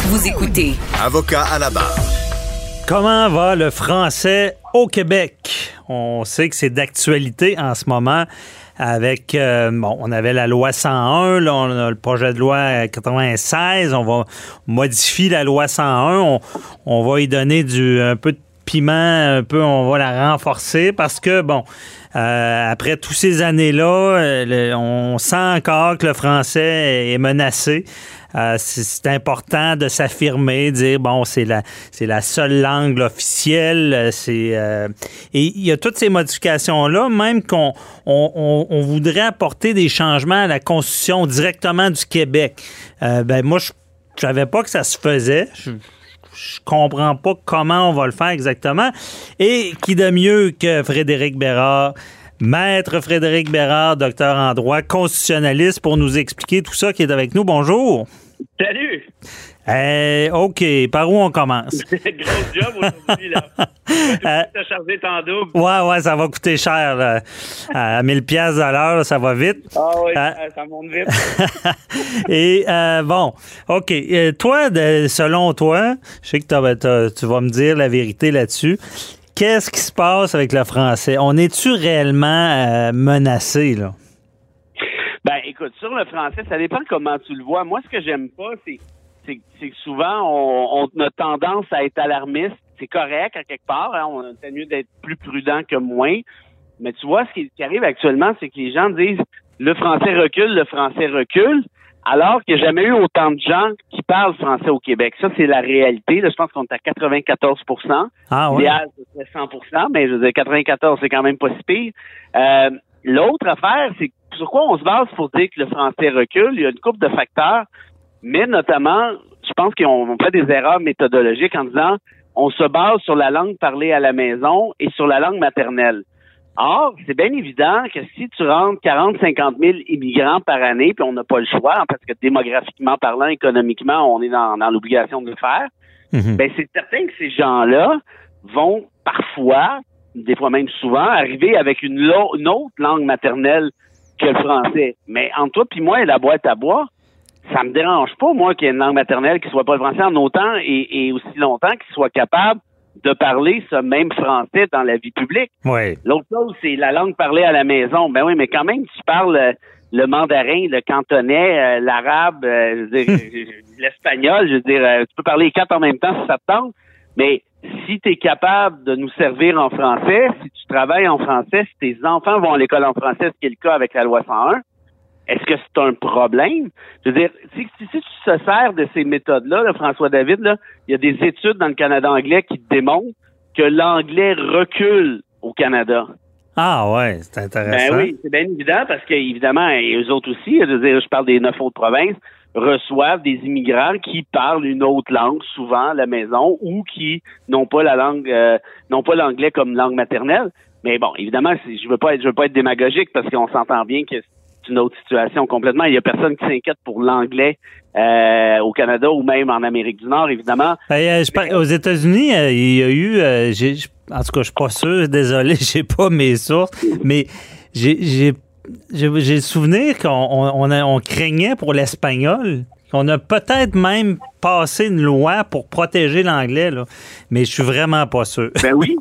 Vous écoutez Avocat à la barre. Comment va le français au Québec? On sait que c'est d'actualité en ce moment avec, on avait la loi 101, là, on a le projet de loi 96, on va modifier la loi 101, on va y donner un peu de piment, on va la renforcer parce que, après toutes ces années-là, on sent encore que le français est menacé. C'est important de s'affirmer, dire c'est la seule langue officielle. Et il y a toutes ces modifications-là, même qu'on voudrait apporter des changements à la Constitution directement du Québec. Moi, je savais pas que ça se faisait. Je comprends pas comment on va le faire exactement. Et qui de mieux que Frédéric Bérard, Maître Frédéric Bérard, docteur en droit, constitutionnaliste, pour nous expliquer tout ça, qui est avec nous. Bonjour. Salut! OK. Par où on commence? Gros job aujourd'hui, là. T'as chargé ton double. Ouais, ça va coûter cher, là. À 1000$ de l'heure, ça va vite. Ah oui, ça monte vite. Et OK. Toi, selon toi, je sais que tu vas me dire la vérité là-dessus. Qu'est-ce qui se passe avec le français? On est-tu réellement menacé, là? Écoute, sur le français, ça dépend comment tu le vois. Moi, ce que j'aime pas, c'est que souvent, on a tendance à être alarmiste. C'est correct, à quelque part. Hein, on a mieux d'être plus prudent que moins. Mais tu vois, ce qui arrive actuellement, c'est que les gens disent « le français recule », alors qu'il n'y a jamais eu autant de gens qui parlent français au Québec. Ça, c'est la réalité. Là, je pense qu'on est à 94%. Ah ouais? L'idéal, c'est 100%, mais je veux dire, 94, c'est quand même pas si pire. L'autre affaire, c'est sur quoi on se base pour dire que le français recule. Il y a une couple de facteurs, mais notamment, je pense qu'on fait des erreurs méthodologiques en disant on se base sur la langue parlée à la maison et sur la langue maternelle. Or, c'est bien évident que si tu rentres 40-50 000 immigrants par année, puis on n'a pas le choix, parce que démographiquement parlant, économiquement, on est dans l'obligation de le faire, c'est certain que ces gens-là vont parfois, des fois même souvent, arriver avec une autre langue maternelle que le français. Mais entre toi puis moi et la boîte à bois, ça me dérange pas, moi, qu'il y ait une langue maternelle qui soit pas le français en autant et aussi longtemps qu'il soit capable de parler ce même français dans la vie publique. Oui. L'autre chose, c'est la langue parlée à la maison. Ben oui, mais quand même, tu parles le mandarin, le cantonais, l'arabe, l'espagnol, je veux dire, tu peux parler les quatre en même temps si ça te tente, mais si tu es capable de nous servir en français, si tu travailles en français, si tes enfants vont à l'école en français, ce qui est le cas avec la loi 101, est-ce que c'est un problème? Je veux dire, si tu te sers de ces méthodes-là, là, François David, là, il y a des études dans le Canada anglais qui démontrent que l'anglais recule au Canada. Ah ouais, c'est intéressant. Ben oui, c'est bien évident parce qu'évidemment, et eux autres aussi, je parle des 9 autres provinces, reçoivent des immigrants qui parlent une autre langue, souvent à la maison, ou qui n'ont pas la langue, n'ont pas l'anglais comme langue maternelle. Mais bon, évidemment, je veux pas être démagogique parce qu'on s'entend bien que c'est une autre situation complètement. Il y a personne qui s'inquiète pour l'anglais au Canada ou même en Amérique du Nord, évidemment. Aux États-Unis, il y a eu, en tout cas, je suis pas sûr, désolé, j'ai pas mes sources, mais j'ai le souvenir qu'on craignait pour l'espagnol. On a peut-être même passé une loi pour protéger l'anglais, là, mais je suis vraiment pas sûr. Ben oui.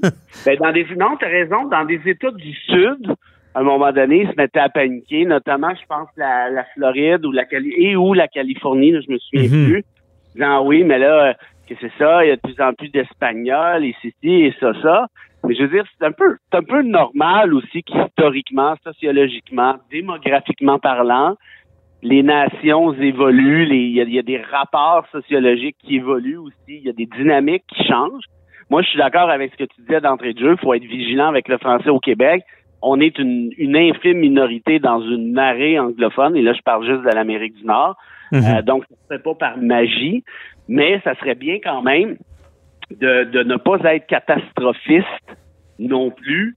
Non, t'as raison. Dans des États du Sud, à un moment donné, ils se mettaient à paniquer, notamment, je pense, la Floride ou la Californie, là, je me souviens plus. Disant oui, mais là, que c'est ça, il y a de plus en plus d'Espagnols, et ceci, et ça. Mais je veux dire, c'est un peu normal aussi qu'historiquement, sociologiquement, démographiquement parlant, les nations évoluent, il y a des rapports sociologiques qui évoluent aussi, il y a des dynamiques qui changent. Moi, je suis d'accord avec ce que tu disais d'entrée de jeu, il faut être vigilant avec le français au Québec. On est une infime minorité dans une marée anglophone, et là, je parle juste de l'Amérique du Nord. Donc, ça ne serait pas par magie, mais ça serait bien quand même de ne pas être catastrophiste non plus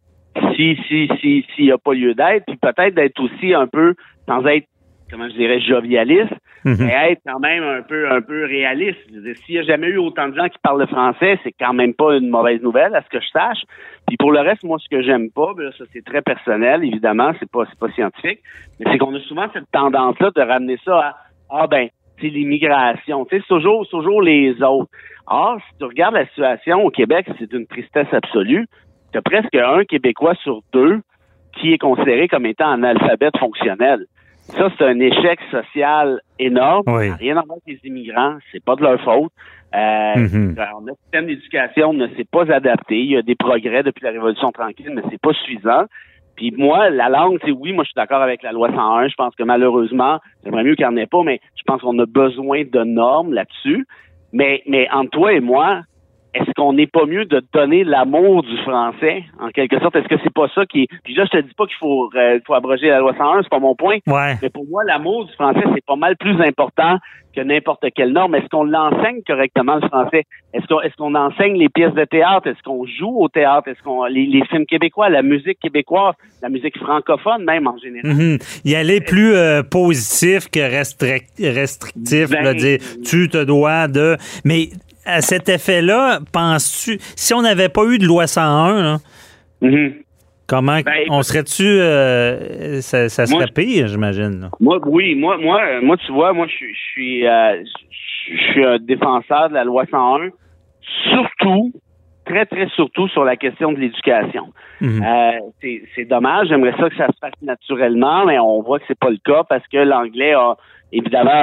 s'il n'y a pas lieu d'être, puis peut-être d'être aussi un peu, sans être, comment je dirais, jovialiste, mais être quand même un peu réaliste. Je veux dire, s'il n'y a jamais eu autant de gens qui parlent le français, c'est quand même pas une mauvaise nouvelle, à ce que je sache. Puis pour le reste, moi, ce que j'aime pas, ben, ça c'est très personnel, évidemment, c'est pas scientifique, mais c'est qu'on a souvent cette tendance-là de ramener ça à c'est l'immigration. Tu sais, c'est toujours les autres. Or, si tu regardes la situation au Québec, c'est une tristesse absolue. Tu as presque un Québécois sur deux qui est considéré comme étant analphabète fonctionnel. Ça, c'est un échec social énorme. Oui. Rien à voir avec les immigrants, c'est pas de leur faute. Notre système d'éducation ne s'est pas adapté. Il y a des progrès depuis la Révolution tranquille, mais c'est pas suffisant. Puis moi, la langue, c'est oui, moi je suis d'accord avec la loi 101. Je pense que malheureusement, j'aimerais mieux qu'il n'y en ait pas, mais je pense qu'on a besoin de normes là-dessus. Mais entre toi et moi, est-ce qu'on n'est pas mieux de donner l'amour du français, en quelque sorte? Est-ce que c'est pas ça qui est... Puis là, je te dis pas qu'il faut abroger la loi 101, c'est pas mon point. Ouais. Mais pour moi, l'amour du français, c'est pas mal plus important que n'importe quelle norme. Est-ce qu'on l'enseigne correctement, le français? Est-ce qu'on enseigne les pièces de théâtre? Est-ce qu'on joue au théâtre? Est-ce qu'on les films québécois, la musique québécoise, la musique francophone même en général? Y aller plus positif que restrictif, là, dire tu te dois de... Mais à cet effet-là, penses-tu, si on n'avait pas eu de loi 101, là, comment on serait-tu ça serait pire, j'imagine. Là. Moi, tu vois, moi je suis un défenseur de la loi 101, surtout, très très surtout sur la question de l'éducation. C'est dommage, j'aimerais ça que ça se fasse naturellement, mais on voit que c'est pas le cas parce que l'anglais a évidemment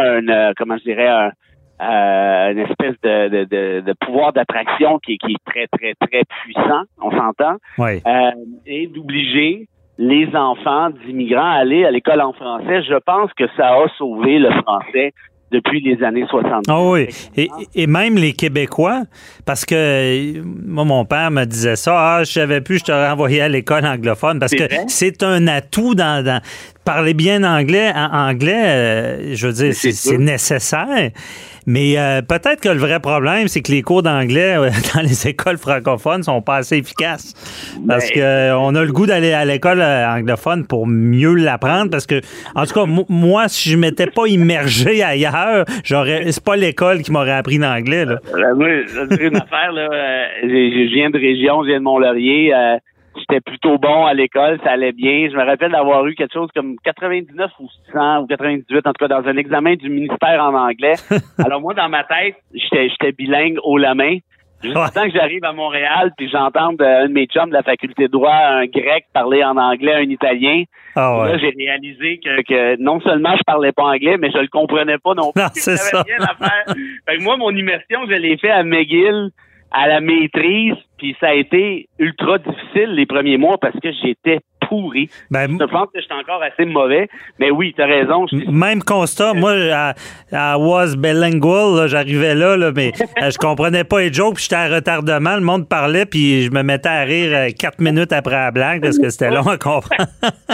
une espèce de pouvoir d'attraction qui est très, très, très puissant, on s'entend. Oui. Et d'obliger les enfants d'immigrants à aller à l'école en français, je pense que ça a sauvé le français depuis les années 60. Ah oui, et même les Québécois, parce que moi, mon père me disait ça, je savais plus, je t'aurais envoyé à l'école anglophone, parce que c'est un atout dans parler bien anglais. En anglais, je veux dire, c'est nécessaire. Mais peut-être que le vrai problème, c'est que les cours d'anglais dans les écoles francophones sont pas assez efficaces. Parce que on a le goût d'aller à l'école anglophone pour mieux l'apprendre. Parce que, en tout cas, moi, si je m'étais pas immergé ailleurs, c'est pas l'école qui m'aurait appris l'anglais. Là. Moi, je vais dire une affaire, là. Je viens de région, je viens de Mont-Laurier. J'étais plutôt bon à l'école, ça allait bien. Je me rappelle d'avoir eu quelque chose comme 99 ou 100 ou 98, en tout cas dans un examen du ministère en anglais. Alors moi, dans ma tête, j'étais bilingue haut la main. Juste le temps que j'arrive à Montréal, puis j'entends un de mes chums de la faculté de droit, un grec parler en anglais, un italien. Là, j'ai réalisé que non seulement je parlais pas anglais, mais je le comprenais pas non plus. Non, c'est ça. Rien à faire. Fait que moi, mon immersion, je l'ai fait à McGill, à la maîtrise, puis ça a été ultra difficile les premiers mois parce que j'étais pourri. Je pense que j'étais encore assez mauvais, mais oui, t'as raison. Même constat, moi, à was bilingual, là, j'arrivais là, mais je comprenais pas les jokes, puis j'étais à retardement, le monde parlait, puis je me mettais à rire 4 minutes après la blague parce que c'était long à comprendre.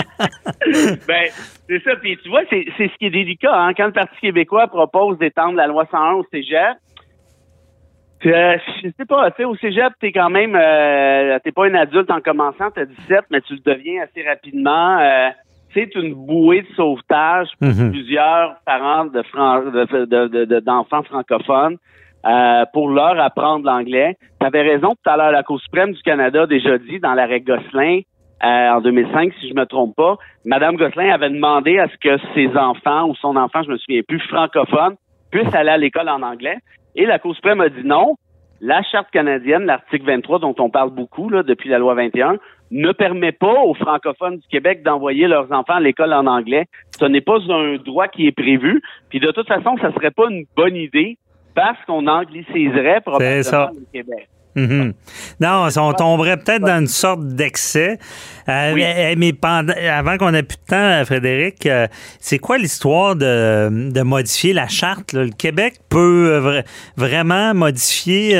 C'est ça, puis tu vois, c'est ce qui est délicat, hein, quand le Parti québécois propose d'étendre la loi 101 au cégep. Je sais pas, tu sais, au cégep, t'es quand même, t'es pas un adulte en commençant, t'as 17, mais tu le deviens assez rapidement. C'est une bouée de sauvetage pour plusieurs parents d'enfants francophones pour leur apprendre l'anglais. T'avais raison tout à l'heure, la Cour suprême du Canada a déjà dit dans l'arrêt Gosselin en 2005, si je me trompe pas, Madame Gosselin avait demandé à ce que ses enfants ou son enfant, je me souviens plus, francophone, puisse aller à l'école en anglais. Et la Cour suprême a dit non. La Charte canadienne, l'article 23, dont on parle beaucoup là, depuis la loi 21, ne permet pas aux francophones du Québec d'envoyer leurs enfants à l'école en anglais. Ce n'est pas un droit qui est prévu. Puis de toute façon, ça serait pas une bonne idée parce qu'on angliciserait probablement le Québec. Non, on tomberait peut-être dans une sorte d'excès. Mais avant qu'on ait plus de temps, Frédéric, c'est quoi l'histoire de modifier la charte? Là? Le Québec peut vraiment modifier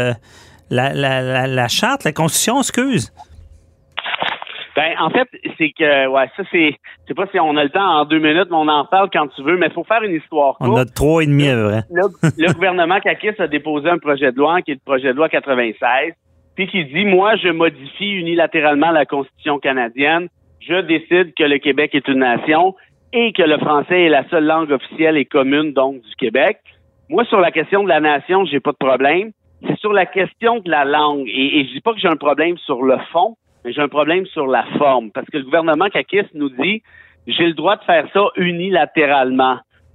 la charte, la Constitution, excuse? En fait, c'est que, ça, c'est pas si on a le temps en 2 minutes, mais on en parle quand tu veux, mais il faut faire une histoire courte. On a 3,5 à vrai. Le gouvernement Kakis a déposé un projet de loi, qui est le projet de loi 96, puis qui dit, moi, je modifie unilatéralement la Constitution canadienne, je décide que le Québec est une nation et que le français est la seule langue officielle et commune, donc, du Québec. Moi, sur la question de la nation, j'ai pas de problème. C'est sur la question de la langue. Et je dis pas que j'ai un problème sur le fond, mais j'ai un problème sur la forme. Parce que le gouvernement Kakis nous dit, j'ai le droit de faire ça unilatéralement.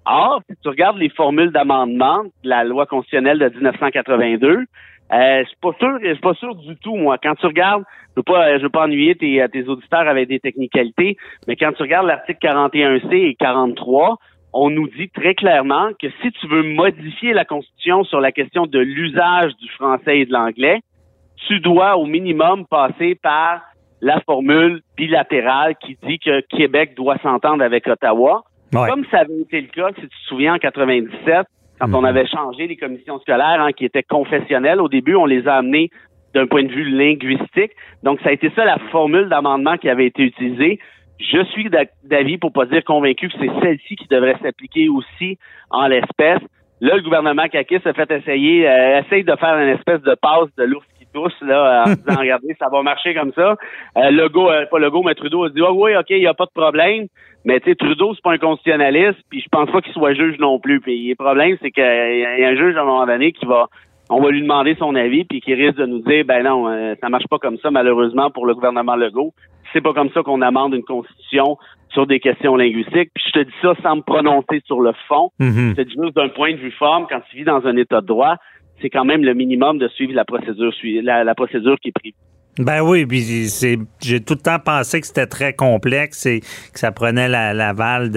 Or, si tu regardes les formules d'amendement de la loi constitutionnelle de 1982, je suis pas sûr du tout, moi. Quand tu regardes, je veux pas ennuyer tes auditeurs avec des technicalités, mais quand tu regardes l'article 41C et 43, on nous dit très clairement que si tu veux modifier la Constitution sur la question de l'usage du français et de l'anglais, tu dois au minimum passer par la formule bilatérale qui dit que Québec doit s'entendre avec Ottawa. Ouais. Comme ça avait été le cas, si tu te souviens, en 97, quand on avait changé les commissions scolaires qui étaient confessionnelles. Au début, on les a amenées d'un point de vue linguistique. Donc, ça a été ça la formule d'amendement qui avait été utilisée. Je suis d'avis, pour pas dire convaincu, que c'est celle-ci qui devrait s'appliquer aussi en l'espèce. Là, le gouvernement Kakis a fait essaye de faire une espèce de passe de l'ours qui tousse, là, en disant, regardez, ça va marcher comme ça. Mais Trudeau a dit, oui, OK, il n'y a pas de problème. Mais tu sais, Trudeau, c'est pas un constitutionnaliste, puis je pense pas qu'il soit juge non plus. Puis le problème, c'est qu'il y a un juge à un moment donné on va lui demander son avis, puis qui risque de nous dire, ben non, ça marche pas comme ça, malheureusement, pour le gouvernement Legault. C'est pas comme ça qu'on amende une constitution sur des questions linguistiques. Puis je te dis ça sans me prononcer sur le fond. Je te dis juste d'un point de vue forme, quand tu vis dans un état de droit, c'est quand même le minimum de suivre la procédure qui est prévue. Ben oui, puis j'ai tout le temps pensé que c'était très complexe et que ça prenait l'aval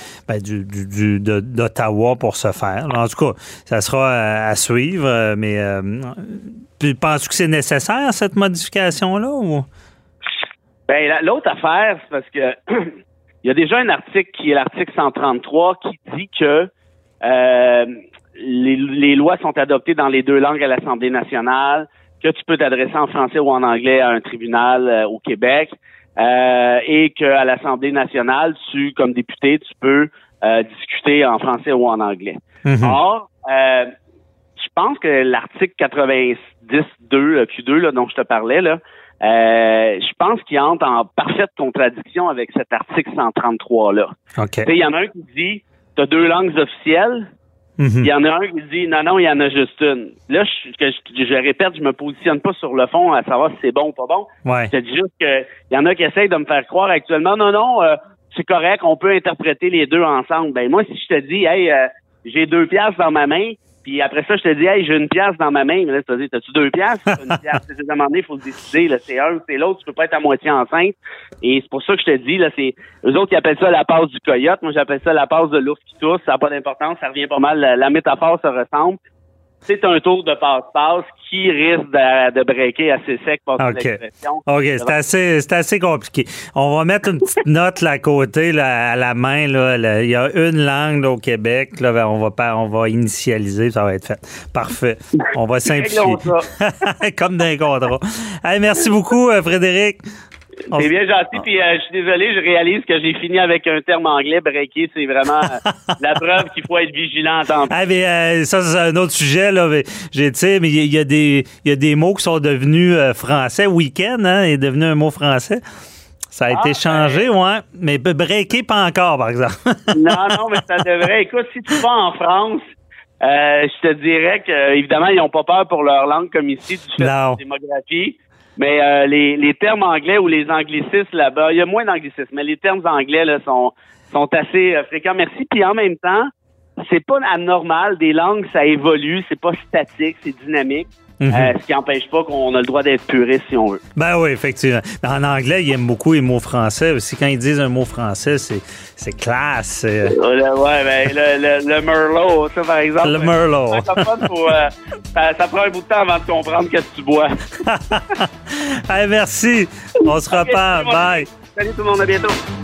d'Ottawa pour se faire. En tout cas, ça sera à suivre, mais penses-tu que c'est nécessaire, cette modification-là, ou? Ben, l'autre affaire, c'est parce que il y a déjà un article qui est l'article 133 qui dit que les lois sont adoptées dans les deux langues à l'Assemblée nationale, que tu peux t'adresser en français ou en anglais à un tribunal au Québec, et qu'à l'Assemblée nationale, comme député, tu peux discuter en français ou en anglais. Or, je pense que l'article 90.2 Q2 là, dont je te parlais, là, je pense qu'il entre en parfaite contradiction avec cet article 133-là. Okay. Il y en a un qui dit, tu as deux langues officielles. Il y en a un qui dit, non, il y en a juste une. Là, je répète, je me positionne pas sur le fond à savoir si c'est bon ou pas bon. Ouais. Je te dis juste qu'il y en a qui essayent de me faire croire actuellement, non, c'est correct, on peut interpréter les deux ensemble. Ben moi, si je te dis, hey, j'ai 2 piastres dans ma main, puis après ça, je te dis, hey, j'ai 1 piastre dans ma main. Mais là, tu te dis, t'as-tu 2 piastres? T'as 1 piastre. C'est demandé, il faut se décider. Là, c'est un ou c'est l'autre. Tu peux pas être à moitié enceinte. Et c'est pour ça que je te dis, là, eux autres qui appellent ça la passe du coyote. Moi, j'appelle ça la passe de l'ours qui tousse. Ça n'a pas d'importance. Ça revient pas mal. La métaphore se ressemble. C'est un tour de passe-passe qui risque de breaker assez sec par l'expression. OK, c'est assez compliqué. On va mettre une petite note là, à côté, là, à la main. Là, il y a une langue là, au Québec. Là, on va initialiser, ça va être fait. Parfait. On va simplifier. Comme dans un contrat. Hey, merci beaucoup, Frédéric. C'est bien gentil, puis je suis désolé, je réalise que j'ai fini avec un terme anglais, breaker, c'est vraiment la preuve qu'il faut être vigilant en temps. Ah, mais ça, c'est un autre sujet, là. Mais il y a des mots qui sont devenus français. Week-end, est devenu un mot français. Ça a été changé, ouais. Mais breaker, pas encore, par exemple. non, mais ça devrait. Écoute, si tu vas en France, je te dirais que, évidemment, ils n'ont pas peur pour leur langue comme ici, du fait de la démographie. Mais les termes anglais ou les anglicismes là-bas, il y a moins d'anglicismes, mais les termes anglais là sont assez fréquents. Merci. Puis en même temps, c'est pas anormal. Des langues, ça évolue, c'est pas statique, c'est dynamique. Ce qui n'empêche pas qu'on a le droit d'être puriste si on veut. Ben oui, effectivement. En anglais, ils aiment beaucoup les mots français aussi. Quand ils disent un mot français, c'est classe. Le Merlot, ça par exemple. Le Merlot. Ça prend un bout de temps avant de comprendre qu'est-ce que tu bois. Hey, merci. On se reparle. Bye. Salut tout le monde, à bientôt.